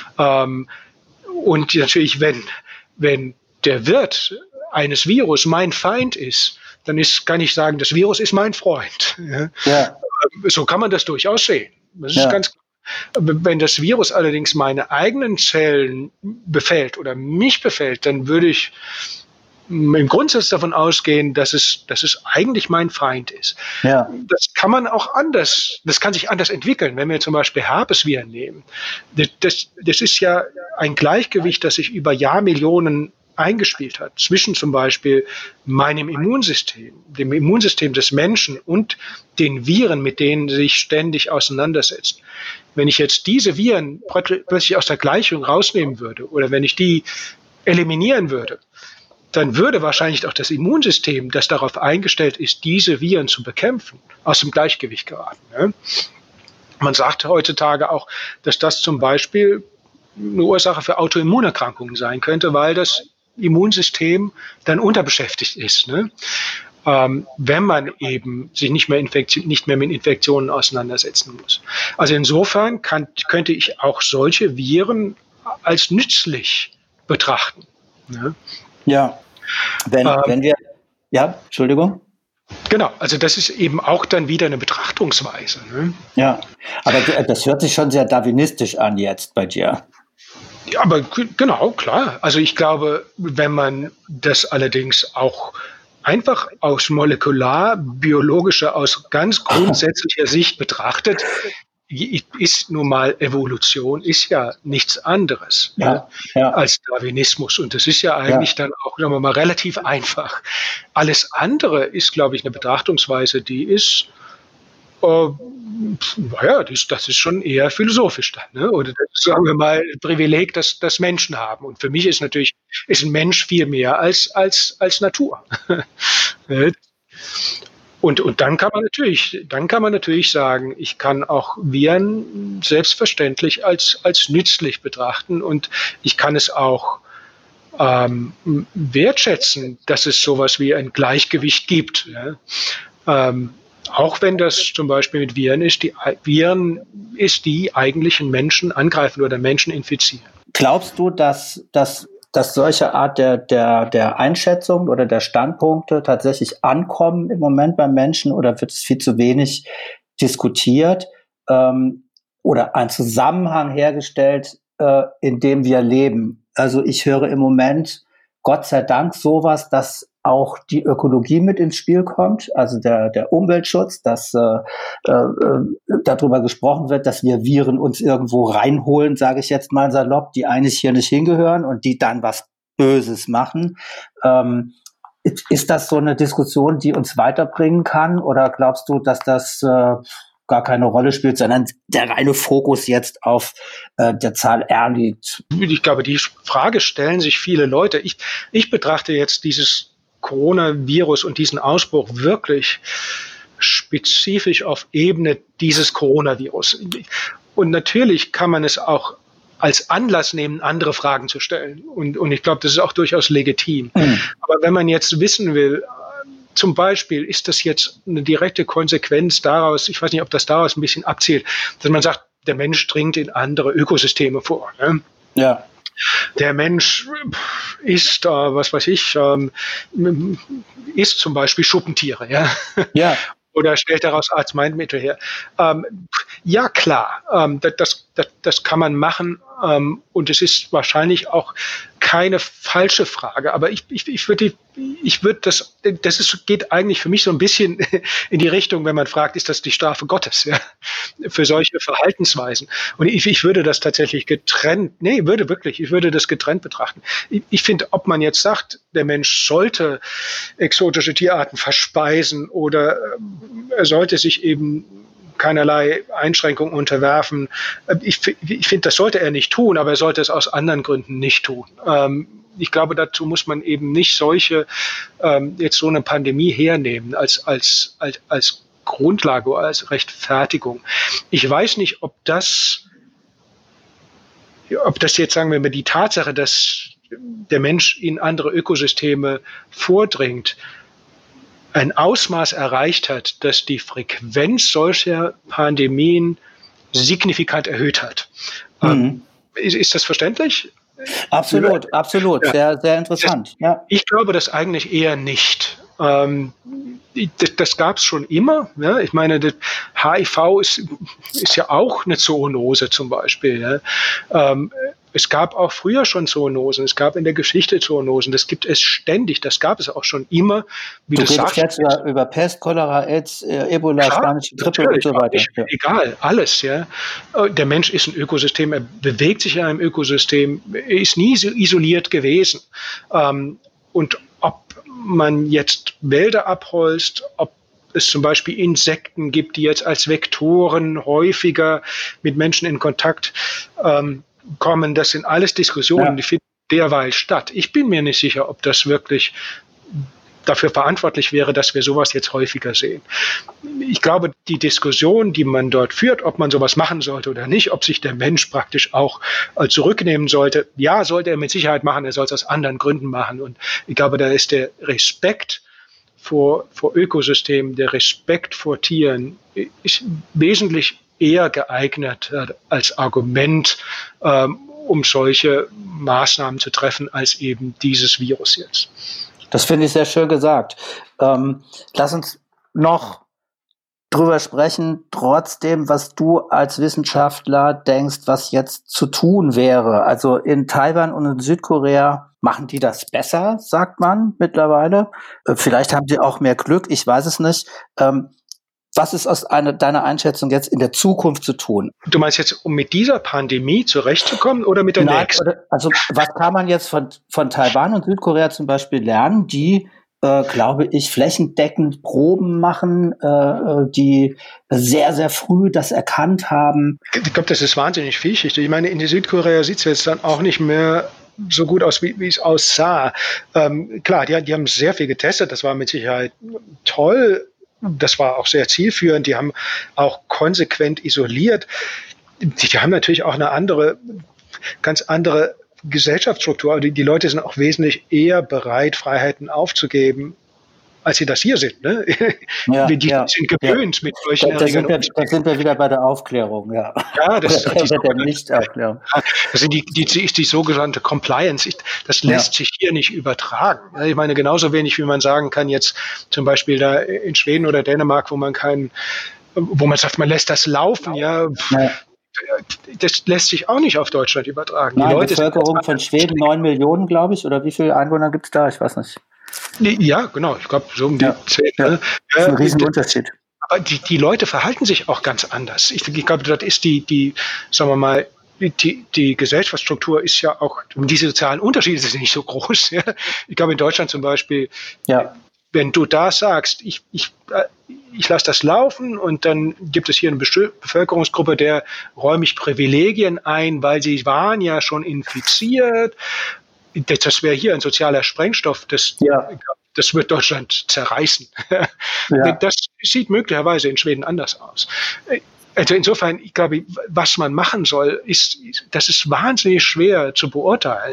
Und natürlich, wenn der Wirt eines Virus mein Feind ist, dann kann ich sagen, das Virus ist mein Freund. Ja. So kann man das durchaus sehen. Das ist Ja. ganz klar. Wenn das Virus allerdings meine eigenen Zellen befällt oder mich befällt, dann würde ich im Grundsatz davon ausgehen, dass es eigentlich mein Feind ist. Ja. Das kann sich anders entwickeln, wenn wir zum Beispiel Herpesviren nehmen. Das ist ja ein Gleichgewicht, das sich über Jahrmillionen eingespielt hat, zwischen zum Beispiel meinem Immunsystem, dem Immunsystem des Menschen und den Viren, mit denen sich ständig auseinandersetzt. Wenn ich jetzt diese Viren plötzlich aus der Gleichung rausnehmen würde oder wenn ich die eliminieren würde, dann würde wahrscheinlich auch das Immunsystem, das darauf eingestellt ist, diese Viren zu bekämpfen, aus dem Gleichgewicht geraten. Ne? Man sagt heutzutage auch, dass das zum Beispiel eine Ursache für Autoimmunerkrankungen sein könnte, weil das Immunsystem dann unterbeschäftigt ist. Ne? Wenn man eben sich nicht mehr mit Infektionen auseinandersetzen muss. Also insofern könnte ich auch solche Viren als nützlich betrachten. Ne? Ja, wenn wir, ja, Entschuldigung. Genau, also das ist eben auch dann wieder eine Betrachtungsweise. Ne? Ja, aber das hört sich schon sehr darwinistisch an jetzt bei dir. Ja, aber genau, klar. Also ich glaube, wenn man das allerdings auch einfach aus molekularbiologischer, aus ganz grundsätzlicher Sicht betrachtet, ist nun mal Evolution ist ja nichts anderes als Darwinismus. Und das ist ja eigentlich dann auch, sagen wir mal, relativ einfach. Alles andere ist, glaube ich, eine Betrachtungsweise, die ist, das ist schon eher philosophisch dann, ne? Oder das ist, sagen wir mal, ein Privileg, das Menschen haben. Und für mich ist natürlich, ist ein Mensch viel mehr als Natur. Und dann kann man natürlich sagen, ich kann auch Viren selbstverständlich als nützlich betrachten und ich kann es auch wertschätzen, dass es sowas wie ein Gleichgewicht gibt. Ja? Auch wenn das zum Beispiel mit Viren ist, die eigentlichen Menschen angreifen oder Menschen infizieren. Glaubst du, dass solche Art der Einschätzung oder der Standpunkte tatsächlich ankommen im Moment beim Menschen oder wird es viel zu wenig diskutiert oder ein Zusammenhang hergestellt, in dem wir leben? Also ich höre im Moment, Gott sei Dank, sowas, dass auch die Ökologie mit ins Spiel kommt, also der Umweltschutz, dass darüber gesprochen wird, dass wir Viren uns irgendwo reinholen, sage ich jetzt mal salopp, die eigentlich hier nicht hingehören und die dann was Böses machen. Ist das so eine Diskussion, die uns weiterbringen kann oder glaubst du, dass das gar keine Rolle spielt, sondern der reine Fokus jetzt auf der Zahl R liegt? Ich glaube, die Frage stellen sich viele Leute. Ich betrachte jetzt dieses Coronavirus und diesen Ausbruch wirklich spezifisch auf Ebene dieses Coronavirus. Und natürlich kann man es auch als Anlass nehmen, andere Fragen zu stellen. Und ich glaube, das ist auch durchaus legitim. Aber wenn man jetzt wissen will, zum Beispiel, ist das jetzt eine direkte Konsequenz daraus, ich weiß nicht, ob das daraus ein bisschen abzielt, dass man sagt, der Mensch dringt in andere Ökosysteme vor. Ne? Ja. Der Mensch isst, was weiß ich, isst zum Beispiel Schuppentiere, ja. Ja. Oder stellt daraus Arzneimittel her. Ja, klar, das kann man machen, Und es ist wahrscheinlich auch keine falsche Frage, aber ich würde das geht eigentlich für mich so ein bisschen in die Richtung, wenn man fragt, ist das die Strafe Gottes, ja, für solche Verhaltensweisen? Und ich würde das tatsächlich ich würde das getrennt betrachten. Ich finde, ob man jetzt sagt, der Mensch sollte exotische Tierarten verspeisen oder er sollte sich eben keinerlei Einschränkungen unterwerfen. Ich finde, das sollte er nicht tun, aber er sollte es aus anderen Gründen nicht tun. Ich glaube, dazu muss man eben nicht jetzt so eine Pandemie hernehmen als Grundlage oder als Rechtfertigung. Ich weiß nicht, ob das jetzt, sagen wir mal, die Tatsache, dass der Mensch in andere Ökosysteme vordringt, ein Ausmaß erreicht hat, dass die Frequenz solcher Pandemien signifikant erhöht hat. Ist das verständlich? Absolut. Ja. Sehr, sehr interessant. Ich glaube das eigentlich eher nicht. Das gab es schon immer. Ja? Ich meine, das HIV ist ja auch eine Zoonose zum Beispiel. Ja? Es gab auch früher schon Zoonosen. Es gab in der Geschichte Zoonosen. Das gibt es ständig. Das gab es auch schon immer. Wie du sagst jetzt über Pest, Cholera, AIDS, Ebola, spanische Grippe und so weiter. Egal, alles. Ja. Der Mensch ist ein Ökosystem. Er bewegt sich in einem Ökosystem. Er ist nie so isoliert gewesen. Und ob man jetzt Wälder abholzt, ob es zum Beispiel Insekten gibt, die jetzt als Vektoren häufiger mit Menschen in Kontakt kommen, das sind alles Diskussionen, die finden derweil statt. Ich bin mir nicht sicher, ob das wirklich dafür verantwortlich wäre, dass wir sowas jetzt häufiger sehen. Ich glaube, die Diskussion, die man dort führt, ob man sowas machen sollte oder nicht, ob sich der Mensch praktisch auch zurücknehmen sollte, ja, sollte er mit Sicherheit machen, er soll es aus anderen Gründen machen. Und ich glaube, da ist der Respekt vor Ökosystemen, der Respekt vor Tieren ist wesentlich eher geeignet als Argument, um solche Maßnahmen zu treffen, als eben dieses Virus jetzt. Das finde ich sehr schön gesagt. Lass uns noch drüber sprechen, trotzdem, was du als Wissenschaftler denkst, was jetzt zu tun wäre. Also in Taiwan und in Südkorea machen die das besser, sagt man mittlerweile. Vielleicht haben sie auch mehr Glück, ich weiß es nicht. Was ist aus deiner Einschätzung jetzt in der Zukunft zu tun? Du meinst jetzt, um mit dieser Pandemie zurechtzukommen oder mit der nächsten? Also was kann man jetzt von Taiwan und Südkorea zum Beispiel lernen, die, glaube ich, flächendeckend Proben machen, die sehr, sehr früh das erkannt haben? Ich glaube, das ist wahnsinnig vielschichtig. Ich meine, in Südkorea sieht es jetzt dann auch nicht mehr so gut aus, wie es aussah. Klar, die haben sehr viel getestet, das war mit Sicherheit toll. Das war auch sehr zielführend. Die haben auch konsequent isoliert. Die haben natürlich auch eine ganz andere Gesellschaftsstruktur. Die Leute sind auch wesentlich eher bereit, Freiheiten aufzugeben, als sie das hier sind. Ne? Die sind gewöhnt mit solchen Erregern. Da sind wir wieder bei der Aufklärung. Ja, das ist der Nicht-Aufklärung. Das ist die sogenannte Compliance. Das lässt sich hier nicht übertragen. Ich meine, genauso wenig, wie man sagen kann, jetzt zum Beispiel da in Schweden oder Dänemark, wo man sagt, man lässt das laufen, das lässt sich auch nicht auf Deutschland übertragen. Nein, die Bevölkerung von Schweden 9 Millionen, glaube ich, oder wie viele Einwohner gibt es da? Ich weiß nicht. Ja, genau. Ich glaube, so um die 10. Das ist ein Riesenunterschied. Aber die Leute verhalten sich auch ganz anders. Ich glaube, das ist sagen wir mal, die Gesellschaftsstruktur ist ja auch, diese sozialen Unterschiede sind nicht so groß. Ja. Ich glaube, in Deutschland zum Beispiel, wenn du da sagst, ich lasse das laufen und dann gibt es hier eine Bevölkerungsgruppe, der räume ich Privilegien ein, weil sie waren ja schon infiziert. Das wäre hier ein sozialer Sprengstoff, das wird Deutschland zerreißen. Ja. Das sieht möglicherweise in Schweden anders aus. Also insofern, ich glaube, was man machen soll, das ist wahnsinnig schwer zu beurteilen.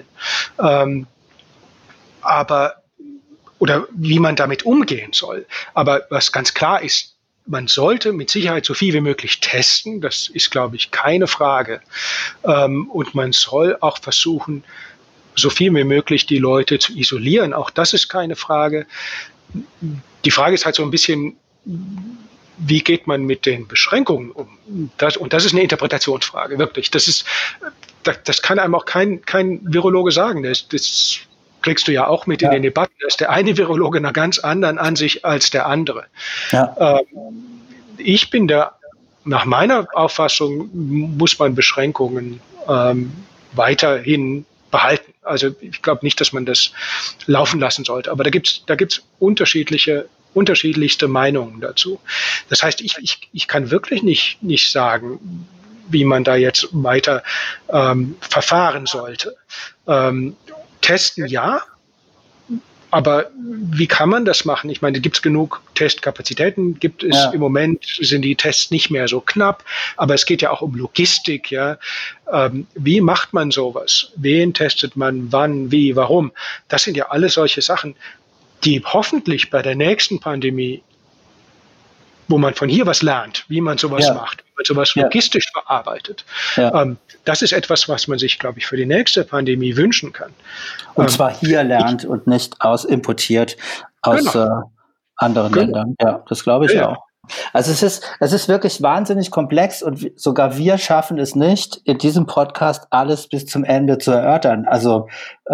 Oder wie man damit umgehen soll. Aber was ganz klar ist, man sollte mit Sicherheit so viel wie möglich testen. Das ist, glaube ich, keine Frage. Und man soll auch versuchen, so viel wie möglich die Leute zu isolieren. Auch das ist keine Frage. Die Frage ist halt so ein bisschen, wie geht man mit den Beschränkungen um? Das ist eine Interpretationsfrage, wirklich. Das das kann einem auch kein Virologe sagen. Das kriegst du ja auch mit in den Debatten. Da ist der eine Virologe einer ganz anderen Ansicht als der andere. Ja. Ich bin nach meiner Auffassung muss man Beschränkungen weiterhin behalten. Also ich glaube nicht, dass man das laufen lassen sollte. Aber da gibt's unterschiedlichste Meinungen dazu. Das heißt, ich kann wirklich nicht sagen, wie man da jetzt weiter verfahren sollte. Testen ja, aber wie kann man das machen? Ich meine, gibt es genug Testkapazitäten? Gibt es im Moment, sind die Tests nicht mehr so knapp, aber es geht ja auch um Logistik, ja. Wie macht man sowas? Wen testet man, wann, wie, warum? Das sind ja alle solche Sachen, die hoffentlich bei der nächsten Pandemie, wo man von hier was lernt, wie man sowas macht, wie man sowas logistisch verarbeitet. Das ist etwas, was man sich, glaube ich, für die nächste Pandemie wünschen kann. Und zwar hier lernt und nicht importiert aus anderen Ländern. Ja, das glaube ich auch. Also es ist wirklich wahnsinnig komplex und sogar wir schaffen es nicht, in diesem Podcast alles bis zum Ende zu erörtern. Also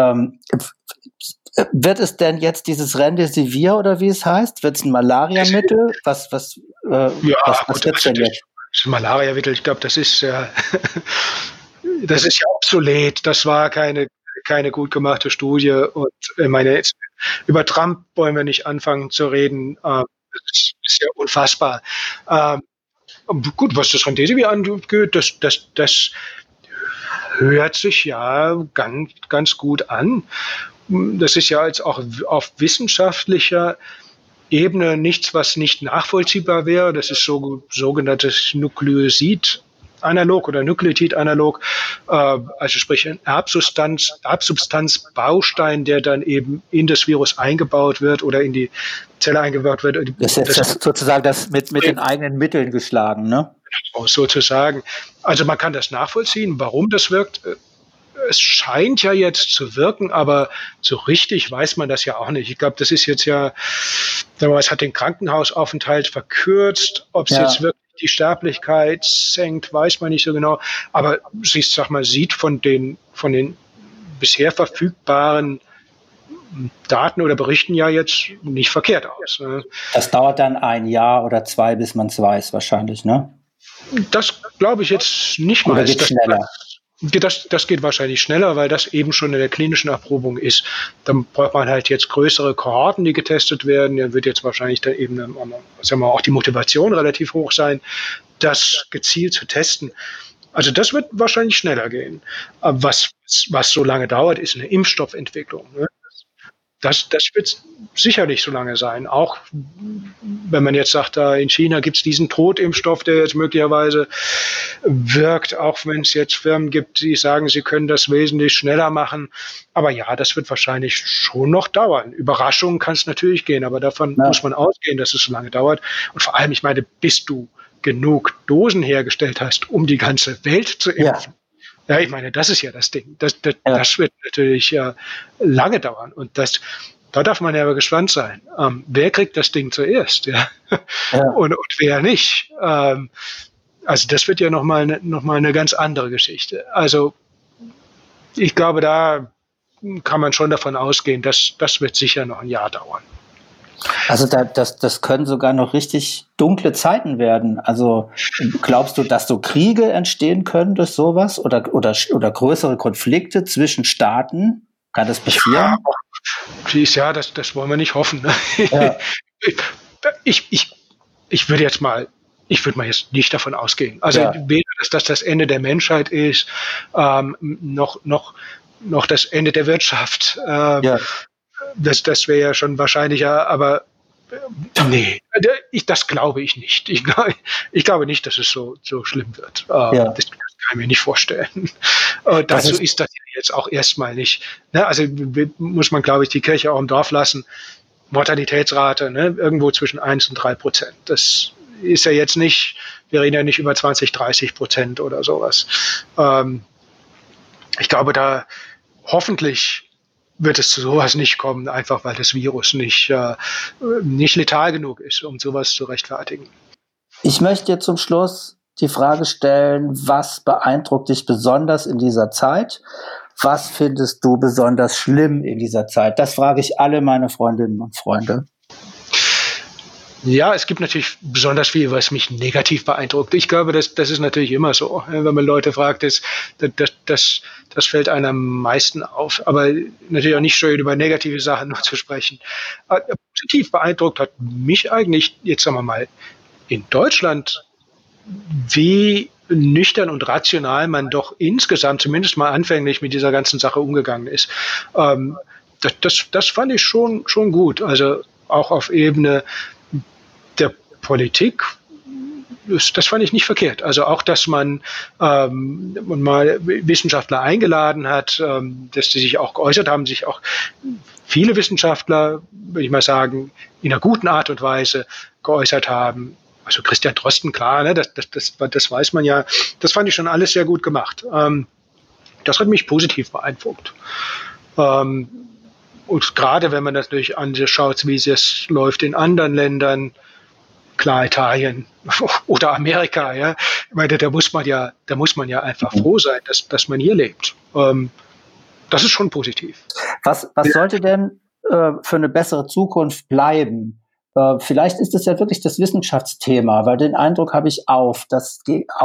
wird es denn jetzt dieses Remdesivir oder wie es heißt? Wird es ein Malariamittel? Was wird's denn jetzt? Das Malariamittel, ich glaube, das ist ja obsolet. Das war keine gut gemachte Studie. Und ich meine, jetzt, über Trump wollen wir nicht anfangen zu reden. Das ist ja unfassbar. Gut, was das Remdesivir angeht, das hört sich ja ganz gut an. Das ist ja jetzt auch auf wissenschaftlicher Ebene nichts, was nicht nachvollziehbar wäre. Das ist sogenanntes Nukleosid-Analog oder Nukleotid-Analog, also sprich ein Erbsubstanzbaustein, der dann eben in das Virus eingebaut wird oder in die Zelle eingebaut wird. Das ist jetzt sozusagen das mit den eigenen Mitteln geschlagen, ne? Sozusagen. Also man kann das nachvollziehen, warum das wirkt. Es scheint ja jetzt zu wirken, aber so richtig weiß man das ja auch nicht. Ich glaube, das ist jetzt ja, es hat den Krankenhausaufenthalt verkürzt. Ob es jetzt wirklich die Sterblichkeit senkt, weiß man nicht so genau. Aber sieht von den bisher verfügbaren Daten oder Berichten ja jetzt nicht verkehrt aus. Das dauert dann 1 Jahr oder 2, bis man es weiß, wahrscheinlich, ne? Das glaube ich jetzt nicht mal. Oder geht schneller? Das geht wahrscheinlich schneller, weil das eben schon in der klinischen Erprobung ist. Dann braucht man halt jetzt größere Kohorten, die getestet werden. Dann wird jetzt wahrscheinlich dann eben, sagen wir mal, auch die Motivation relativ hoch sein, das gezielt zu testen. Also das wird wahrscheinlich schneller gehen. Aber was so lange dauert, ist eine Impfstoffentwicklung. Ne? Das wird sicherlich so lange sein. Auch wenn man jetzt sagt, da in China gibt es diesen Totimpfstoff, der jetzt möglicherweise wirkt, auch wenn es jetzt Firmen gibt, die sagen, sie können das wesentlich schneller machen. Aber ja, das wird wahrscheinlich schon noch dauern. Überraschungen kann es natürlich gehen, aber davon muss man ausgehen, dass es so lange dauert. Und vor allem, ich meine, bis du genug Dosen hergestellt hast, um die ganze Welt zu impfen. Ja, ich meine, das ist ja das Ding. Das wird natürlich lange dauern. Und da darf man ja aber gespannt sein. Wer kriegt das Ding zuerst? Ja? Und wer nicht? Also das wird ja noch mal eine ganz andere Geschichte. Also ich glaube, da kann man schon davon ausgehen, dass das wird sicher noch 1 Jahr dauern. Also das können sogar noch richtig dunkle Zeiten werden. Also glaubst du, dass so Kriege entstehen können durch sowas oder größere Konflikte zwischen Staaten? Kann das passieren? Ja, das wollen wir nicht hoffen. Ne? Ja. Ich würde mal jetzt nicht davon ausgehen. Also weder, dass das Ende der Menschheit ist, noch das Ende der Wirtschaft. Das wäre ja schon wahrscheinlicher, aber nee, das glaube ich nicht. Ich glaube nicht, dass es so schlimm wird. Das kann ich mir nicht vorstellen. Dazu ist das jetzt auch erstmal nicht. Ne? Also muss man, glaube ich, die Kirche auch im Dorf lassen. Mortalitätsrate, ne? Irgendwo zwischen 1 und 3%. Das ist ja jetzt nicht, wir reden ja nicht über 20-30% oder sowas. Ich glaube, da hoffentlich wird es zu sowas nicht kommen, einfach weil das Virus nicht letal genug ist, um sowas zu rechtfertigen. Ich möchte dir zum Schluss die Frage stellen, was beeindruckt dich besonders in dieser Zeit? Was findest du besonders schlimm in dieser Zeit? Das frage ich alle meine Freundinnen und Freunde. Ja, es gibt natürlich besonders viel, was mich negativ beeindruckt. Ich glaube, das ist natürlich immer so. Wenn man Leute fragt, das fällt einem am meisten auf. Aber natürlich auch nicht schön, über negative Sachen nur zu sprechen. Positiv beeindruckt hat mich eigentlich, jetzt sagen wir mal, in Deutschland, wie nüchtern und rational man doch insgesamt, zumindest mal anfänglich, mit dieser ganzen Sache umgegangen ist. Das fand ich schon gut. Also auch auf Ebene der Politik, das fand ich nicht verkehrt. Also auch, dass man mal Wissenschaftler eingeladen hat, dass die sich auch geäußert haben, sich auch viele Wissenschaftler, würde ich mal sagen, in einer guten Art und Weise geäußert haben. Also Christian Drosten, klar, ne, das weiß man ja. Das fand ich schon alles sehr gut gemacht. Das hat mich positiv beeindruckt. Und gerade wenn man natürlich anschaut, wie es läuft in anderen Ländern, klar Italien oder Amerika, ja, ich meine, da muss man ja einfach froh sein, dass man hier lebt. Das ist schon positiv. Was sollte denn für eine bessere Zukunft bleiben? Vielleicht ist es ja wirklich das Wissenschaftsthema, weil den Eindruck habe ich dass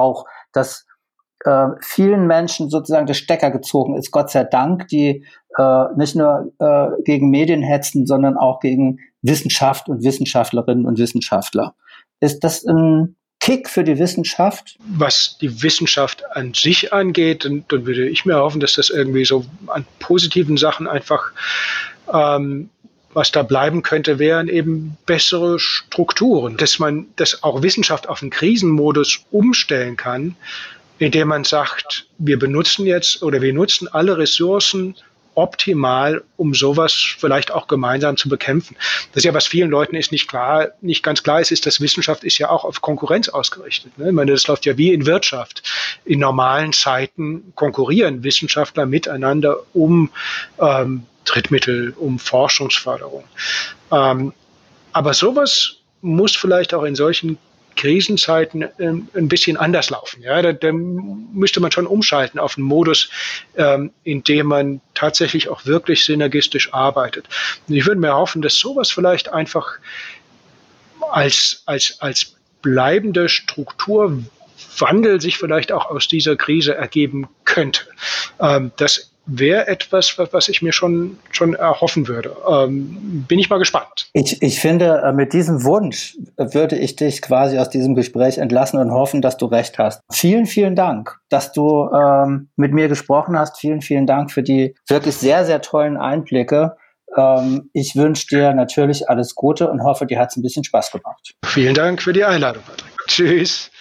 vielen Menschen sozusagen der Stecker gezogen ist, Gott sei Dank, die nicht nur gegen Medien hetzen, sondern auch gegen Wissenschaft und Wissenschaftlerinnen und Wissenschaftler. Ist das ein Kick für die Wissenschaft? Was die Wissenschaft an sich angeht, dann würde ich mir hoffen, dass das irgendwie so an positiven Sachen einfach was da bleiben könnte, wären eben bessere Strukturen, dass auch Wissenschaft auf einen Krisenmodus umstellen kann, indem man sagt, wir nutzen alle Ressourcen optimal, um sowas vielleicht auch gemeinsam zu bekämpfen. Das ist ja, was vielen Leuten nicht ganz klar ist, dass Wissenschaft ist ja auch auf Konkurrenz ausgerichtet. Ne? Ich meine, das läuft ja wie in Wirtschaft. In normalen Zeiten konkurrieren Wissenschaftler miteinander um Drittmittel, um Forschungsförderung. Aber sowas muss vielleicht auch in solchen Krisenzeiten ein bisschen anders laufen. Ja, da müsste man schon umschalten auf einen Modus, in dem man tatsächlich auch wirklich synergistisch arbeitet. Und ich würde mir hoffen, dass sowas vielleicht einfach als bleibende Strukturwandel sich vielleicht auch aus dieser Krise ergeben könnte. Das wäre etwas, was ich mir schon erhoffen würde. Bin ich mal gespannt. Ich finde, mit diesem Wunsch würde ich dich quasi aus diesem Gespräch entlassen und hoffen, dass du recht hast. Vielen, vielen Dank, dass du mit mir gesprochen hast. Vielen, vielen Dank für die wirklich sehr, sehr tollen Einblicke. Ich wünsche dir natürlich alles Gute und hoffe, dir hat es ein bisschen Spaß gemacht. Vielen Dank für die Einladung, Patrick. Tschüss.